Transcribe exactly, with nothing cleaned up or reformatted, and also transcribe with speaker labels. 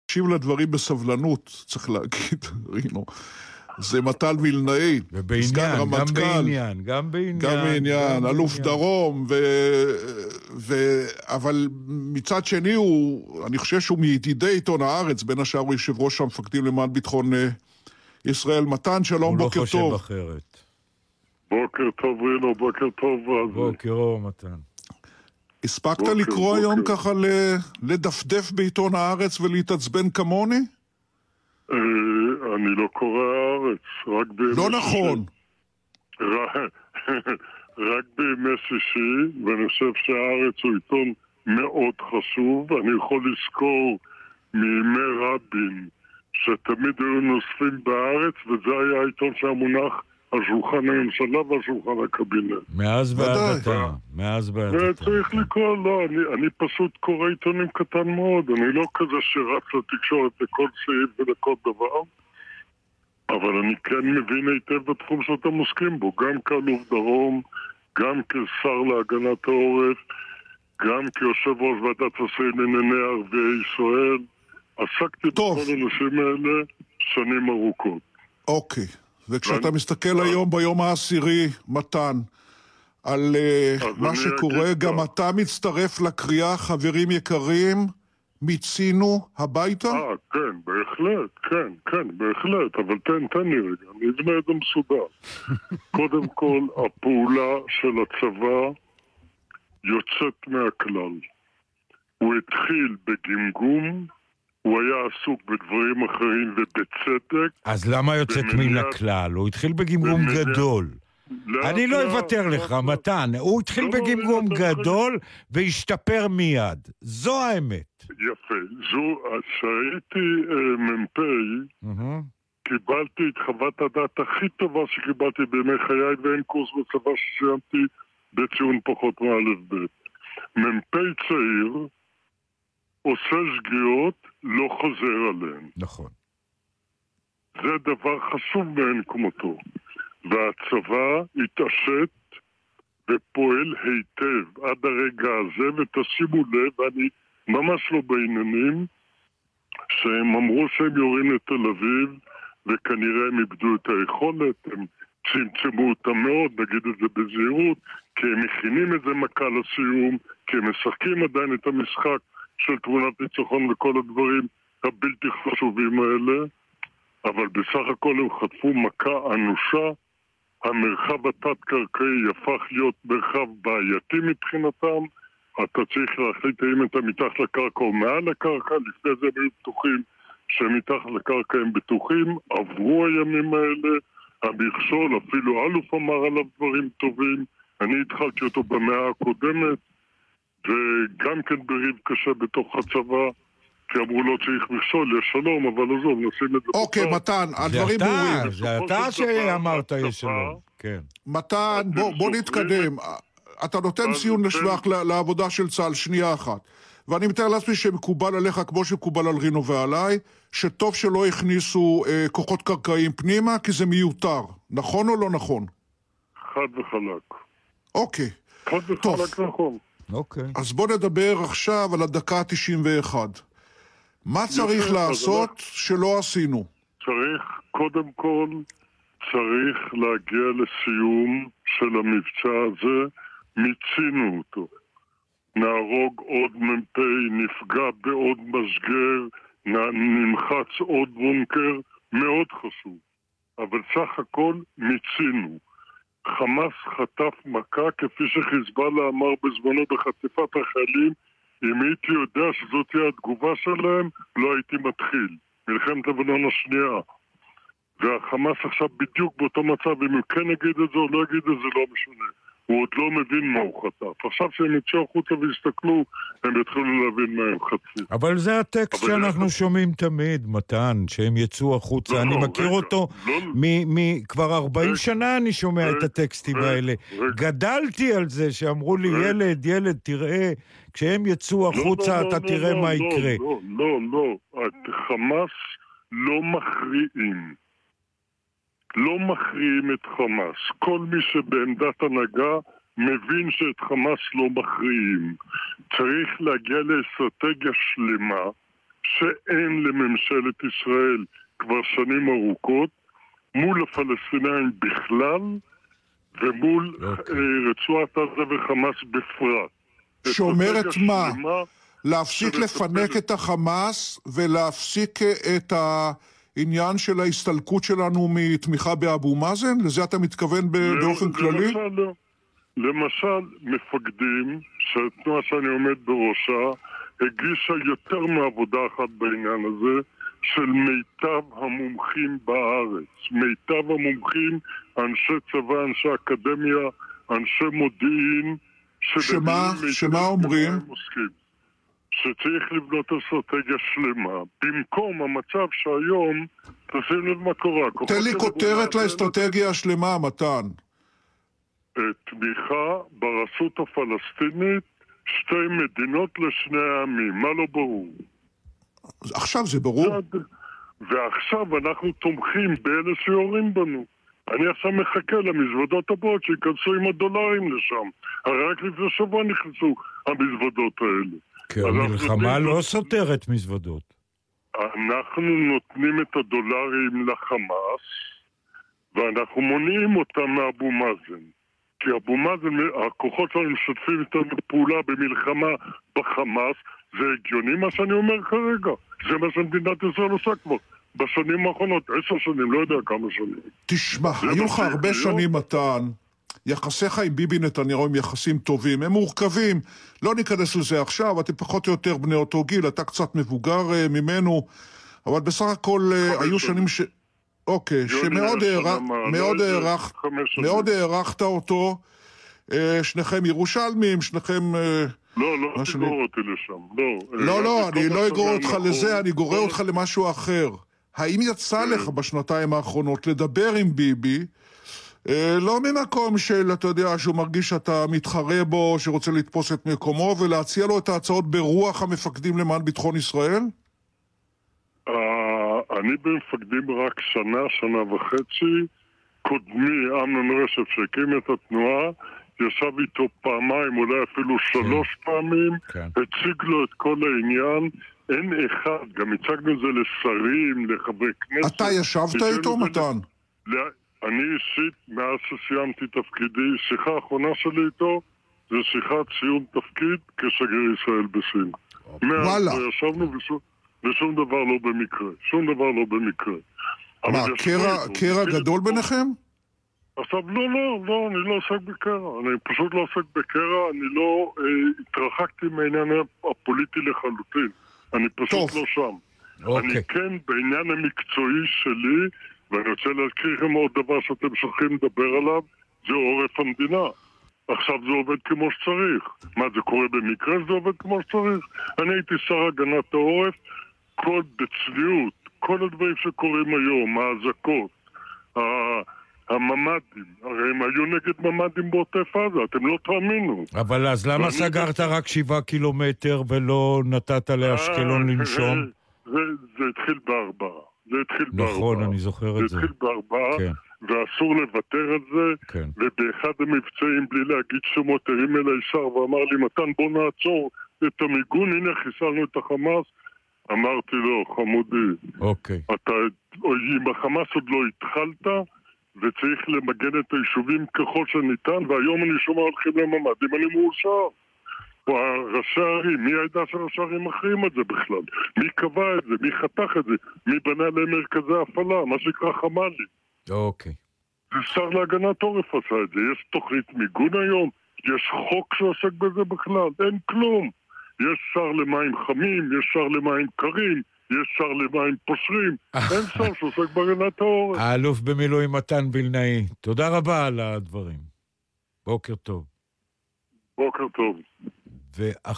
Speaker 1: תקשיב לדברים בסבלנות, צריך להגיד, רינו. זה מתן וילנאי,
Speaker 2: ובעניין, גם בעניין, גם בעניין.
Speaker 1: גם בעניין, אלוף דרום, ו... ו... אבל מצד שני, הוא, אני חושב שהוא מידידי עיתון הארץ, בין השאר הוא יושב ראש המפקדים למען ביטחון ישראל. מתן, שלום, בוקר טוב.
Speaker 2: הוא לא חושב אחרת.
Speaker 3: בוקר טוב, רינו, בוקר טוב.
Speaker 2: בוקר אור, מתן.
Speaker 1: הספקת לקרוא היום ככה לדפדף בעיתון הארץ ולהתעצבן כמוני?
Speaker 3: אני לא קורא הארץ, רק בימי שישי.
Speaker 1: לא נכון.
Speaker 3: רק בימי שישי, ואני חושב שהארץ הוא עיתון מאוד חשוב. אני יכול לזכור מימי רבין, שתמיד היו נוספים בארץ, וזה היה העיתון שהמונח על שולחן הממשלה ועל שולחן הקבינט.
Speaker 2: מאז ועד עתה, מאז ועד עתה.
Speaker 3: וצריך לקרוא, לא, אני, אני פשוט קורא עיתונים קטן מאוד, אני לא כזה שרץ לתקשורת לכל סעיף ולכל דבר, אבל אני כן מבין היטב בתחום שאתם עוסקים בו, גם כאלוף דרום, גם כשר להגנת העורף, גם כיושב ראש ועדת השרים לענייני ערביי ישראל, עסקתי בכל הנושאים האלה שנים ארוכות.
Speaker 1: אוקיי. וכשאתה מסתכל היום ביום העשירי, מתן, על מה שקורה, גם אתה מצטרף לקריאה, חברים יקרים, מיצינו הביתה?
Speaker 3: אה, כן, בהחלט, כן, כן, בהחלט, אבל תן, תן לי רגע, אני אבנה את זה מסודר. קודם כל, הפעולה של הצבא יוצאת מהכלל. הוא התחיל בגמגום, הוא היה עסוק בדברים אחרים ובצדק.
Speaker 2: אז למה יוצאת מן הכלל? הוא התחיל בגמגום גדול. אני לא אוותר לך, מתן. הוא התחיל בגמגום גדול והשתפר מיד. זו האמת.
Speaker 3: יפה. זו, כשהייתי ממפי, קיבלתי את חוות הדעת הכי טובה שקיבלתי בימי חיי, ואין קורס בצבא שסיימתי בציון פחות מאלף בית. ממפי צעיר עושה שגיאות, לא חוזר עליהן.
Speaker 2: נכון.
Speaker 3: זה דבר חשוב מאין כמותו. והצבא התעשת ופועל היטב עד הרגע הזה, ותשימו לב, אני ממש לא בעניינים, שהם אמרו שהם יורים לתל אביב, וכנראה הם איבדו את היכולת, הם צמצמו אותה מאוד, נגיד את זה בזהירות, כי הם מכינים את זה מכה לסיום, כי הם משחקים עדיין את המשחק, של תמונת ניצחון וכל הדברים הבלתי חשובים האלה, אבל בסך הכל הם חטפו מכה אנושה. המרחב התת-קרקעי הפך להיות מרחב בעייתי מבחינתם. אתה צריך להחליט האם אתה מתחת לקרקע או מעל הקרקע. לפני זה הם היו בטוחים שמתחת לקרקע הם בטוחים. עברו הימים האלה, המכשול, אפילו אלוף אמר עליו דברים טובים. אני התחלתי אותו במאה הקודמת, וגם כן בריב קשה בתוך הצבא, כי אמרו לא צריך מכשול, יש שלום, אבל עזוב, נשים את זה.
Speaker 1: אוקיי, מתן, הדברים ברורים.
Speaker 2: זה אתה שאמרת יש שלום. כן.
Speaker 1: מתן, בוא נתקדם. אתה נותן ציון לשבח לעבודה של צה"ל, שנייה אחת. ואני מתאר לעצמי שמקובל עליך, כמו שמקובל על רינו ועליי, שטוב שלא הכניסו כוחות קרקעיים פנימה, כי זה מיותר. נכון או לא נכון?
Speaker 3: חד וחלק.
Speaker 1: אוקיי.
Speaker 3: חד וחלק נכון.
Speaker 2: אוקיי.
Speaker 1: אז בוא נדבר עכשיו על הדקה ה-תשעים ואחת. מה צריך לעשות שלא עשינו?
Speaker 3: צריך, קודם כל, צריך להגיע לסיום של המבצע הזה, מיצינו אותו. נהרוג עוד ממפי, נפגע בעוד משגר, נמחץ עוד בונקר, מאוד חשוב. אבל סך הכל מיצינו. חמאס חטף מכה, כפי שחיזבאללה אמר בזמנו בחטיפת החיילים, אם הייתי יודע שזאת תהיה התגובה שלהם, לא הייתי מתחיל. מלחמת לבנון השנייה. והחמאס עכשיו בדיוק באותו מצב, אם הוא כן יגיד את זה או לא יגיד את זה, לא משנה. הוא עוד לא מבין מה הוא חטף. עכשיו שהם יצאו החוצה והסתכלו, הם יתחילו להבין מה הם חטפו.
Speaker 2: אבל זה הטקסט שאנחנו שומעים תמיד, מתן, שהם יצאו החוצה. אני מכיר אותו, כבר ארבעים שנה אני שומע את הטקסטים האלה. גדלתי על זה שאמרו לי, ילד, ילד, תראה, כשהם יצאו החוצה אתה תראה מה יקרה.
Speaker 3: לא, לא, לא. חמאס לא מכריעים. לא מכריעים את חמאס. כל מי שבעמדת הנהגה מבין שאת חמאס לא מכריעים. צריך להגיע לאסטרטגיה שלמה שאין לממשלת ישראל כבר שנים ארוכות, מול הפלסטינאים בכלל, ומול okay. רצועת עזה וחמאס בפרט.
Speaker 1: שאומרת מה? להפסיק לפנק את החמאס ולהפסיק את העניין של ההסתלקות שלנו מתמיכה באבו מאזן? לזה אתה מתכוון באופן כללי?
Speaker 3: למשל, לא. למשל, מפקדים, שהתנועה שאני עומד בראשה, הגישה יותר מעבודה אחת בעניין הזה, של מיטב המומחים בארץ. מיטב המומחים, אנשי צבא, אנשי אקדמיה, אנשי מודיעין,
Speaker 1: שמה, שמה אומרים?
Speaker 3: שצריך לבנות אסטרטגיה שלמה, במקום המצב שהיום, תשים לב מה קורה.
Speaker 1: תן לי כותרת לאסטרטגיה השלמה, מתן.
Speaker 3: תמיכה ברשות הפלסטינית, שתי מדינות לשני העמים, מה לא ברור?
Speaker 1: עכשיו זה ברור.
Speaker 3: ועכשיו אנחנו תומכים באלה שיורים בנו. אני עכשיו מחכה למזוודות הבאות שיכנסו עם הדולרים לשם. הרי רק לפני שבוע נכנסו המזוודות האלה.
Speaker 2: כי המלחמה לא סותרת מזוודות.
Speaker 3: אנחנו נותנים את הדולרים לחמאס, ואנחנו מונעים אותם מאבו מאזן. כי אבו מאזן, הכוחות שלנו משתפים איתנו פעולה במלחמה בחמאס, זה הגיוני מה שאני אומר כרגע. זה מה שמדינת ישראל עושה כבר. בשנים האחרונות, עשר שנים, לא יודע כמה שנים.
Speaker 1: תשמע, היו לך הרבה שנים, מתן. יחסיך עם ביבי נתניהו הם יחסים טובים, הם מורכבים. לא ניכנס לזה עכשיו, אתם פחות או יותר בני אותו גיל, אתה קצת מבוגר uh, ממנו, אבל בסך הכל uh, היו שנים ש... אוקיי, שמאוד הערכ... מאוד הערכ... מאוד הערכת אותו, uh, שניכם ירושלמים, שניכם... Uh,
Speaker 3: לא, לא תגרור אותי לשם, לא.
Speaker 1: לא, לא, אני לא אגרור אותך לזה, אני גורר אותך למשהו אחר. האם יצא לך בשנתיים האחרונות לדבר עם ביבי, לא ממקום של, אתה יודע, שהוא מרגיש שאתה מתחרה בו, שרוצה לתפוס את מקומו, ולהציע לו את ההצעות ברוח המפקדים למען ביטחון ישראל?
Speaker 3: אני במפקדים רק שנה, שנה וחצי. קודמי, אמנון רשף, שהקים את התנועה, ישב איתו פעמיים, אולי אפילו שלוש פעמים, הציג לו את כל העניין. אין אחד, גם הצגנו את זה לשרים, לחברי כנסת.
Speaker 1: אתה ישבת איתו, מתן?
Speaker 3: אני אישית, מאז שסיימתי תפקידי, שיחה האחרונה שלי איתו, זה שיחת סיום תפקיד כשגריר ישראל בסין.
Speaker 1: וואלה.
Speaker 3: מאז ישבנו ושום, ושום דבר לא במקרה. שום דבר לא במקרה.
Speaker 1: מה, קרע גדול ביניכם?
Speaker 3: עכשיו, לא, לא, לא, אני לא עוסק בקרע. אני פשוט לא עוסק בקרע, אני לא אה, התרחקתי מהעניין הפוליטי לחלוטין. אני פשוט טוב. לא שם.
Speaker 2: אוקיי.
Speaker 3: אני כן, בעניין המקצועי שלי, ואני רוצה להזכיר לכם עוד דבר שאתם שולחים לדבר עליו, זה עורף המדינה. עכשיו זה עובד כמו שצריך. מה, זה קורה במקרה? זה עובד כמו שצריך. אני הייתי שר הגנת העורף, כל בצניעות, כל הדברים שקורים היום, האזעקות, הממדים, הרי הם היו נגד ממדים בעוטף עזה, אתם לא תאמינו.
Speaker 2: אבל אז למה סגרת רק שבעה קילומטר ולא נתת לאשקלון לנשום?
Speaker 3: זה התחיל בארבעה. זה התחיל בארבעה.
Speaker 2: נכון, אני זוכר את זה.
Speaker 3: זה התחיל בארבעה, ואסור לוותר על זה, ובאחד המבצעים, בלי להגיד שמות, הרים אליי שר ואמר לי, מתן, בוא נעצור את המיגון, הנה חיסלנו את החמאס. אמרתי לו, חמודי, אתה, עם החמאס עוד לא התחלת, וצריך למגן את היישובים ככל שניתן, והיום אני שומע הולכים לממדים, אני מאושר. ראשי הערים, מי הידע של ראשי הערים מכריעים את זה בכלל? מי קבע את זה? מי חתך את זה? מי בנה להם מרכזי הפעלה? מה שנקרא חמ"לים.
Speaker 2: אוקיי.
Speaker 3: זה שר להגנת עורף עשה את זה. יש תוכנית מיגון היום, יש חוק שעוסק בזה בכלל, אין כלום. יש שר למים חמים, יש שר למים קרים, יש שר למים פושרים, אין שר שעוסק בהגנת העורף.
Speaker 2: האלוף במילואים מתן וילנאי, תודה רבה על הדברים. בוקר טוב.
Speaker 3: בוקר טוב.